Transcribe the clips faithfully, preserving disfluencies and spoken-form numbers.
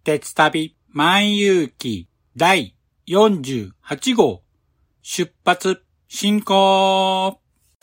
鉄旅万有記第よんじゅうはち号出発進行。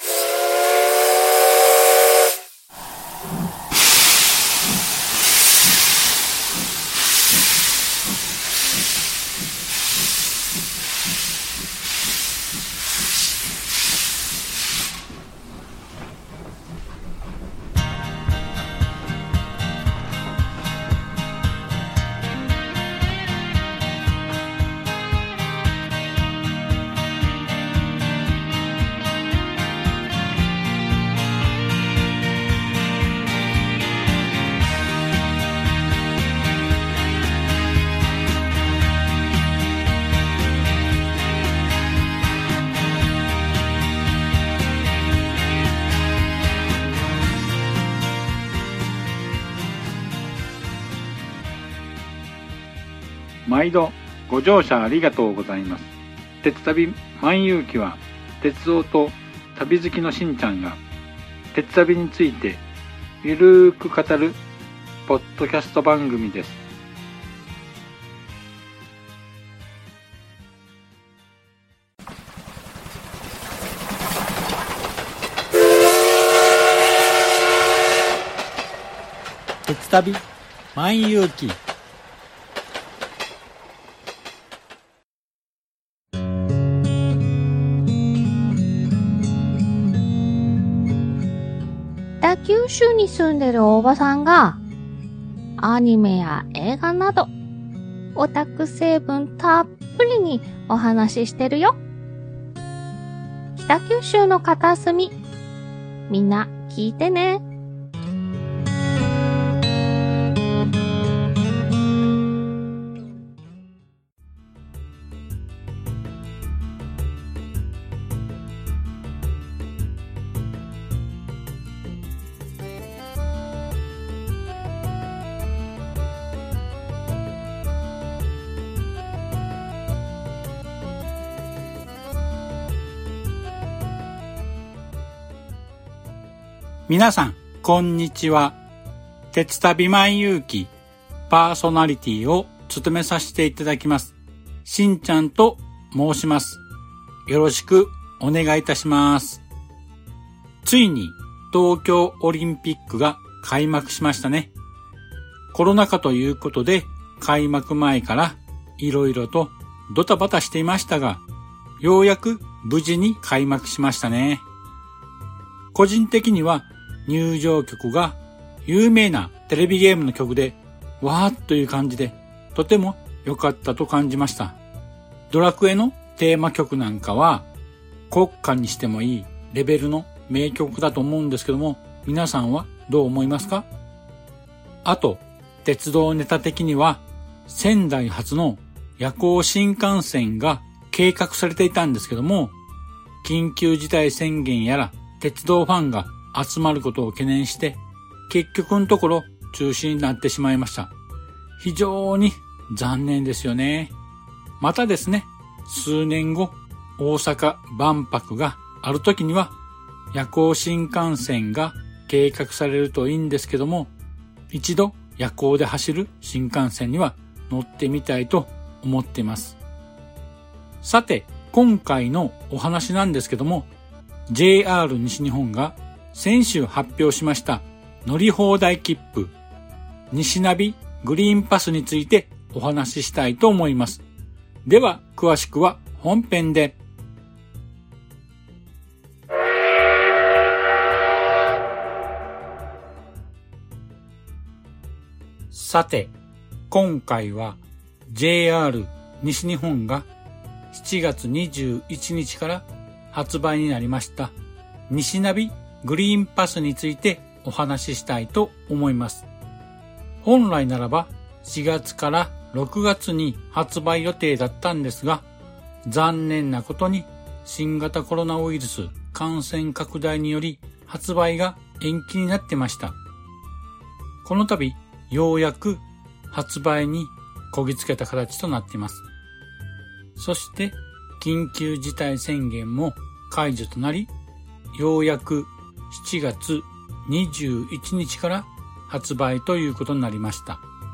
毎度ご乗車ありがとうございます。鉄旅万有記は鉄道と旅好きのしんちゃんが鉄旅についてゆるーく語るポッドキャスト番組です。 鉄旅万有記北九州に住んでるおばさんがアニメや映画などオタク成分たっぷりにお話ししてるよ。北九州の片隅、みんな聞いてね。 皆さんこんにちは。鉄旅万有記パーソナリティを務めさせていただきますしんちゃんと申します。よろしくお願いいたします。ついに東京オリンピックが開幕しましたね。コロナ禍ということで開幕前からいろいろとドタバタしていましたが、ようやく無事に開幕しましたね。個人的には入場曲が有名なテレビゲームの曲でわーっという感じでとても良かったと感じました。ドラクエのテーマ曲なんかは国歌にしてもいいレベルの名曲だと思うんですけども、皆さんはどう思いますか？あと鉄道ネタ的には仙台発の夜行新幹線が計画されていたんですけども、緊急事態宣言やら鉄道ファンが集まることを懸念して結局のところ中止になってしまいました。非常に残念ですよね。またですね、数年後大阪万博がある時には夜行新幹線が計画されるといいんですけども、一度夜行で走る新幹線には乗ってみたいと思っています。さて今回のお話なんですけども、ジェイアール 西日本が先週発表しました乗り放題切符西ナビグリーンパスについてお話ししたいと思います。では詳しくは本編で。さて今回は ジェイアール 西日本がしちがつにじゅういちにちから発売になりました西ナビグリーンパスについてお話ししたいと思います。本来ならばしがつからろくがつに発売予定だったんですが、残念なことに新型コロナウイルス感染拡大により発売が延期になってました。この度ようやく発売にこぎつけた形となっています。そして緊急事態宣言も解除となり、ようやくしちがつにじゅういちにちから発売ということになりました。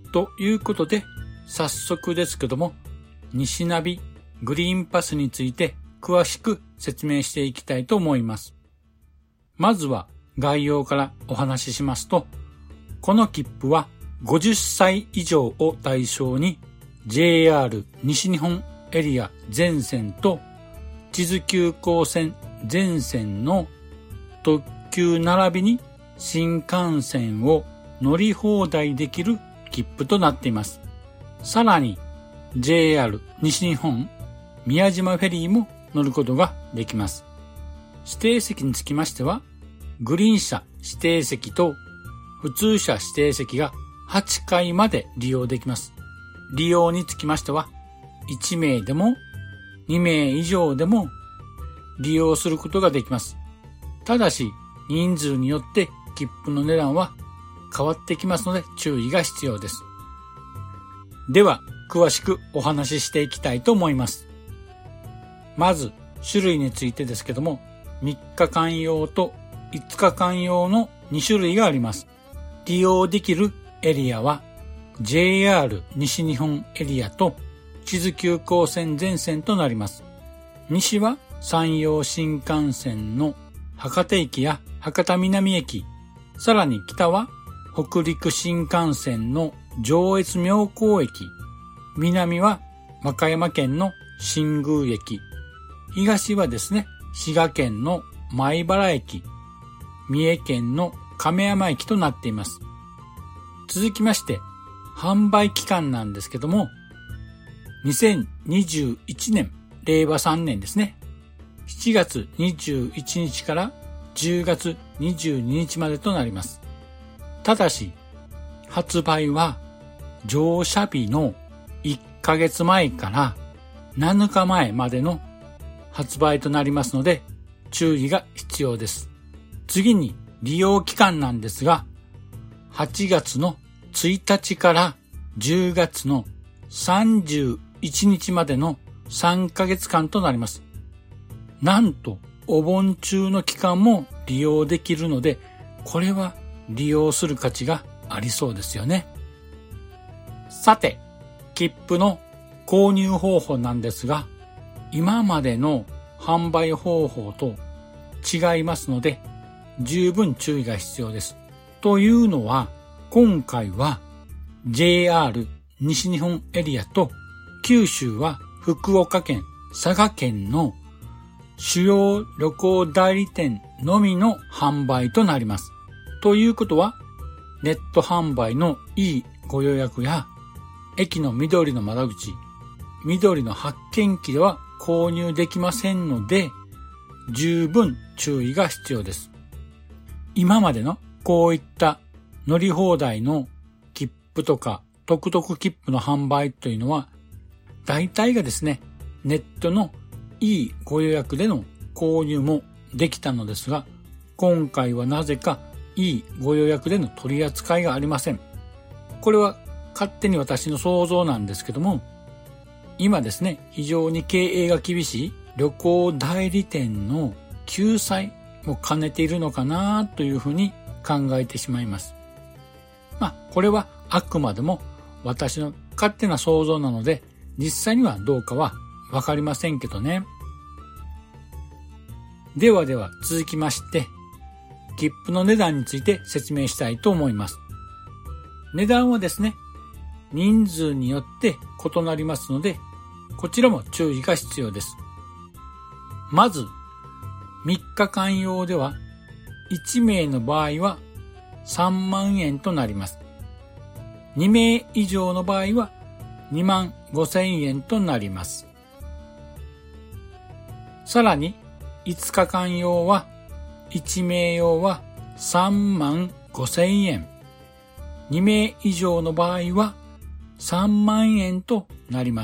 ということで、早速ですけども、西ナビグリーンパスについて詳しく説明していきたいと思います。まずは概要からお話ししますと、この切符はごじゅっさい以上を対象に ジェイアール 西日本エリア全線と智頭急行線全線の特急並びに新幹線を乗り放題できる切符となっています。さらに ジェイアール 西日本宮島フェリーも乗ることができます。指定席につきましては、グリーン車指定席と普通車指定席がはちかいまで利用できます。利用につきましては、いちめいでもにめい以上でも利用することができます。ただし、人数によって切符の値段は変わってきますので注意が必要です。では、詳しくお話ししていきたいと思います。まず、種類についてですけども、みっかかん用といつかかん用のにしゅるいがあります。利用できるエリアは ジェイアール 西日本エリアと智頭急行線全線となります。西は山陽新幹線の博多駅や博多南駅、さらに北は北陸新幹線の上越妙高駅、南は和歌山県の新宮駅、東はですね、滋賀県の米原駅、三重県の亀山駅となっています。続きまして、販売期間なんですけども、にせんにじゅういちねん、れいわさんねんですね。しちがつにじゅういちにちからじゅうがつにじゅうににちまでとなります。ただし、発売は乗車日のいっかげつまえからなのかまえまでの発売となりますので、注意が必要です。次に利用期間なんですが、はちがつのついたちからじゅうがつのさんじゅういちにちまでのさんかげつかんとなります。なんとお盆中の期間も利用できるので、これは利用する価値がありそうですよね。さて、切符の購入方法なんですが、今までの販売方法と違いますので、十分注意が必要です。というのは、今回は ジェイアール 西日本エリアと九州は福岡県、佐賀県の主要旅行代理店のみの販売となります。ということは、ネット販売のいいご予約や、駅の緑の窓口、緑の発券機では購入できませんので、十分注意が必要です。今までのこういった乗り放題の切符とか特々切符の販売というのは、大体がですね、ネットのいいご予約での購入もできたのですが、今回はなぜかいいご予約での取り扱いがありません。これは勝手に私の想像なんですけども、今ですね、非常に経営が厳しい旅行代理店の救済も兼ねているのかなというふうに考えてしまいます。まあ、これはあくまでも私の勝手な想像なので、実際にはどうかはわかりませんけどね。ではでは続きまして、切符の値段について説明したいと思います。値段はですね、人数によって異なりますので、こちらも注意が必要です。まず、みっかかん用ではいちめいの場合はさんまんえんとなります。にめい以上の場合はにまんごせんえんとなります。さらにいつかかん用はいちめい用はさんまんごせんえん、にめい以上の場合はさんまんえんとなります。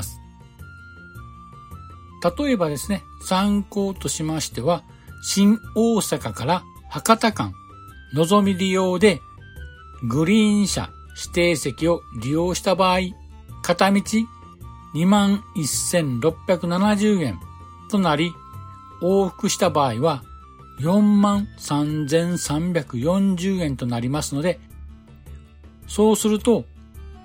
例えばですね、参考としましては、新大阪から博多間、のぞみ利用でグリーン車指定席を利用した場合、片道 にまんせんろっぴゃくななじゅうえんとなり、往復した場合はよんまんさんぜんさんびゃくよんじゅうえんとなりますので、そうすると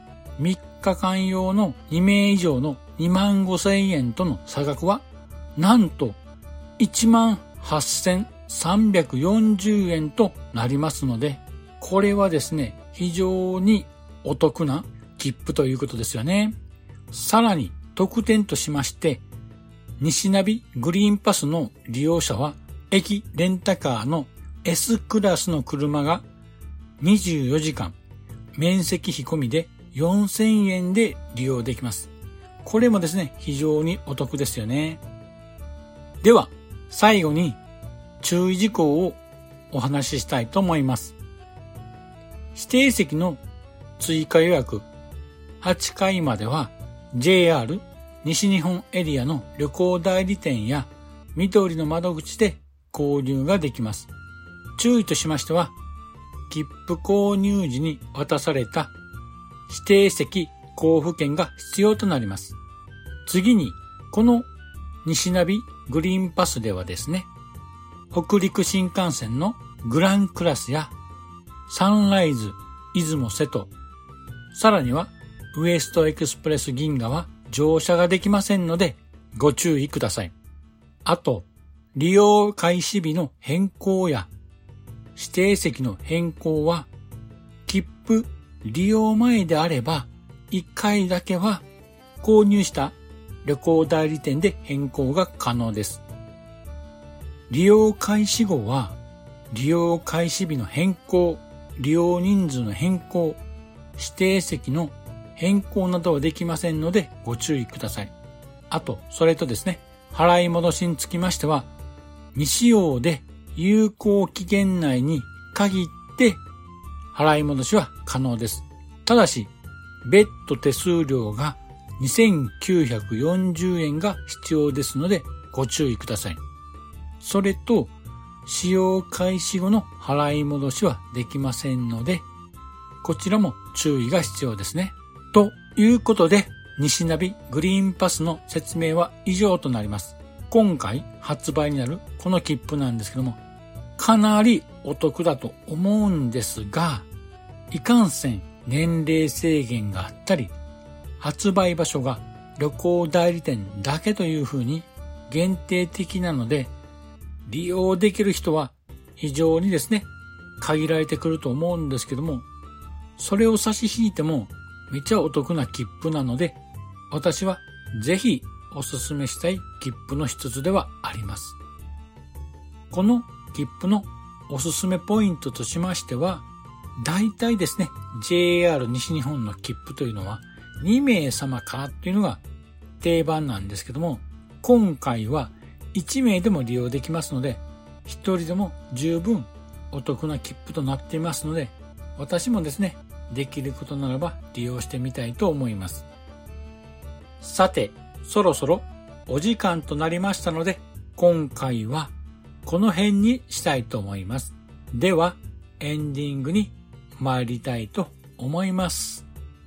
みっかかん用のにめい以上のにまんごせんえんとの差額は、なんといちまんはっせんさんびゃくよんじゅうえんとなりますので、これはですね、非常にお得な切符ということですよね。さらに特典としまして、西ナビグリーンパスの利用者は、駅レンタカーの エス クラスの車がにじゅうよじかん、面積費込みでよんせんえんで利用できます。これもですね、非常にお得ですよね。では、最後に注意事項をお話ししたいと思います。指定席の追加予約はちかいまでは ジェイアール 西日本エリアの旅行代理店や緑の窓口で購入ができます。注意としましては、切符購入時に渡された指定席交付券が必要となります。次に、この西ナビグリーンパスではですね、北陸新幹線のグランクラスやサンライズ、出雲瀬戸、さらにはウエストエクスプレス銀河は乗車ができませんのでご注意ください。あと、利用開始日の変更や指定席の変更は、切符利用前であればいっかいだけは購入した旅行代理店で変更が可能です。利用開始後は、利用開始日の変更、利用人数の変更、指定席の変更などはできませんのでご注意ください。あと、それとですね、払い戻しにつきましては、未使用で有効期限内に限って払い戻しは可能です。ただし、別途手数料がにせんきゅうひゃくよんじゅうえんが必要ですのでご注意ください。それと、使用開始後の払い戻しはできませんので、こちらも注意が必要ですね。ということで、西ナビグリーンパスの説明は以上となります。今回発売になるこの切符なんですけども、かなりお得だと思うんですが、いかんせん年齢制限があったり、発売場所が旅行代理店だけというふうに限定的なので、利用できる人は非常にですね、限られてくると思うんですけども、それを差し引いてもめっちゃお得な切符なので、私はぜひおすすめしたい切符の一つではあります。この切符のおすすめポイントとしましては、大体ですね、ジェイアール 西日本の切符というのはにめいさまからっていうのが定番なんですけども、今回はいちめいでも利用できますので、ひとりでも十分お得な切符となっていますので、私もですね、できることならば利用してみたいと思います。さて、そろそろお時間となりましたので、今回はこの辺にしたいと思います。では、エンディングに参りたいと思います。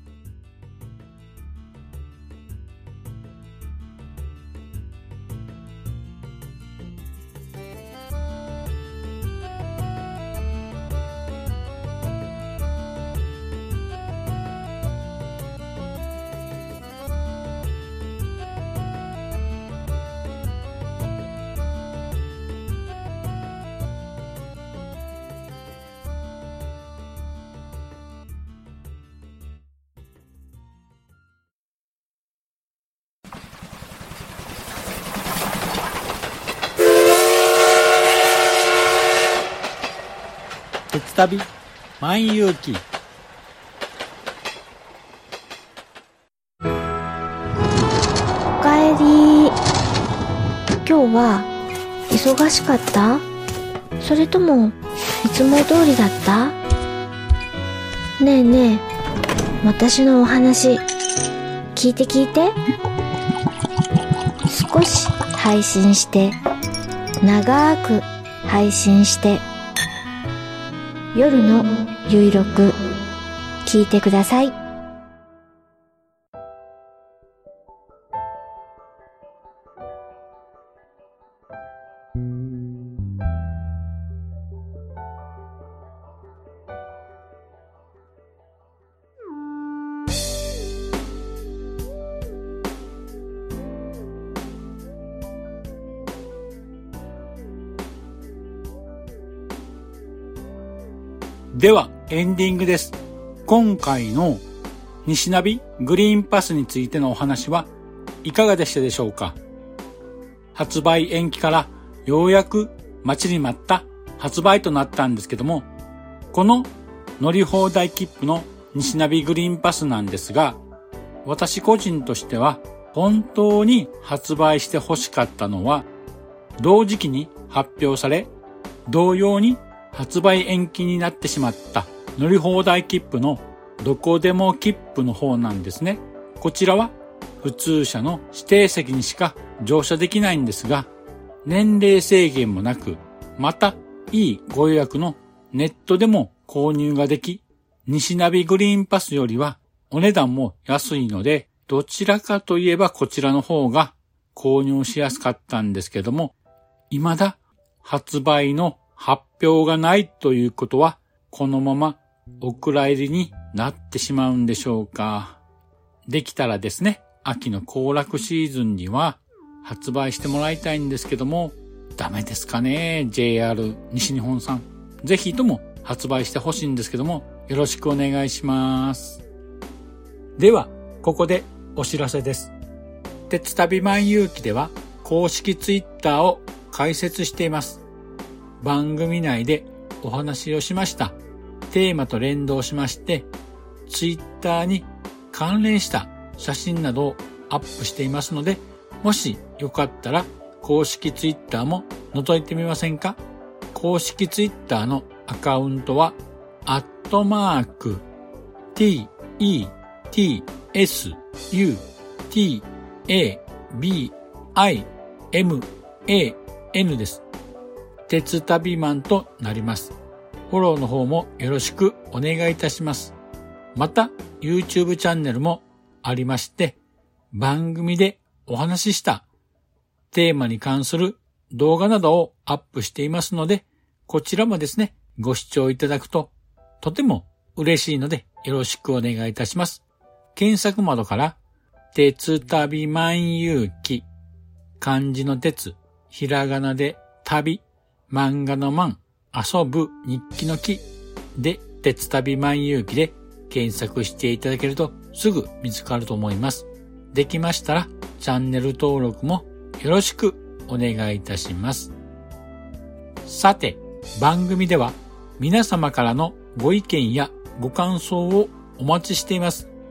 鉄旅万有記。 おかえり。今日は忙しかった？それともいつも通りだった？ねえねえ、私のお話聞いて聞いて。少し配信して、長く配信して、夜のゆいろく聞いてください。 ではエンディングです。今回の西ナビグリーンパスについてのお話はいかがでしたでしょうか。発売延期からようやく待ちに待った発売となったんですけども、この乗り放題切符の西ナビグリーンパスなんですが、私個人としては本当に発売して欲しかったのは、同時期に発表され、同様に発売延期になってしまった乗り放題切符のどこでも切符の方なんですね。こちらは普通車の指定席にしか乗車できないんですが、年齢制限もなく、またいいご予約のネットでも購入ができ、西ナビグリーンパスよりはお値段も安いので、どちらかといえばこちらの方が購入しやすかったんですけども、未だ発売の発表がないということは、このままお蔵入りになってしまうんでしょうか。できたらですね、秋の行楽シーズンには発売してもらいたいんですけども、ダメですかね、ジェイアール 西日本さん。ぜひとも発売してほしいんですけども、よろしくお願いします。では、ここでお知らせです。鉄旅万有記では公式ツイッターを開設しています。番組内でお話をしましたテーマと連動しまして、ツイッターに関連した写真などをアップしていますので、もしよかったら公式ツイッターも覗いてみませんか。公式ツイッターのアカウントはアットマーク ティー イー ティー エス ユー ティー エー ビー アイ エム エー エヌ です。鉄旅マンとなります。フォローの方もよろしくお願いいたします。また YouTube チャンネルもありまして、番組でお話ししたテーマに関する動画などをアップしていますので、こちらもですね、ご視聴いただくととても嬉しいのでよろしくお願いいたします。検索窓から鉄旅万有記、漢字の鉄、ひらがなで旅、漫画の漫、遊ぶ日記の記で鉄旅万有記で検索していただけるとすぐ見つかると思います。できましたらチャンネル登録もよろしくお願いいたします。さて、番組では皆様からのご意見やご感想をお待ちしています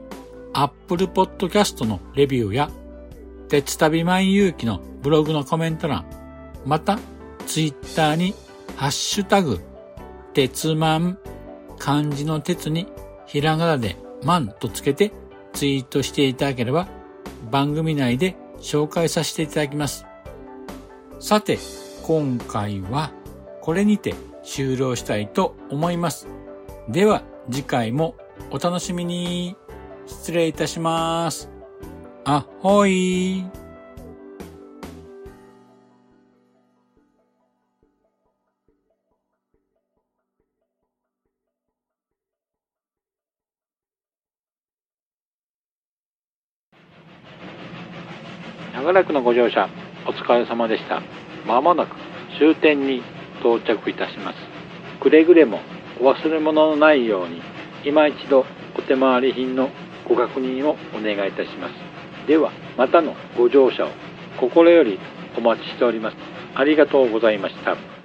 。Apple Podcast のレビューや鉄旅万有記のブログのコメント欄、またツイッターにハッシュタグ鉄マン、漢字の鉄にひらがなでマンとつけてツイートしていただければ番組内で紹介させていただきます。さて、今回はこれにて終了したいと思います。では次回もお楽しみに。失礼いたします。あほい。 長らくのご乗車お疲れ様でした。まもなく終点に到着いたします。くれぐれもお忘れ物のないように今一度お手回り品のご確認をお願いいたします。ではまたのご乗車を心よりお待ちしております。ありがとうございました。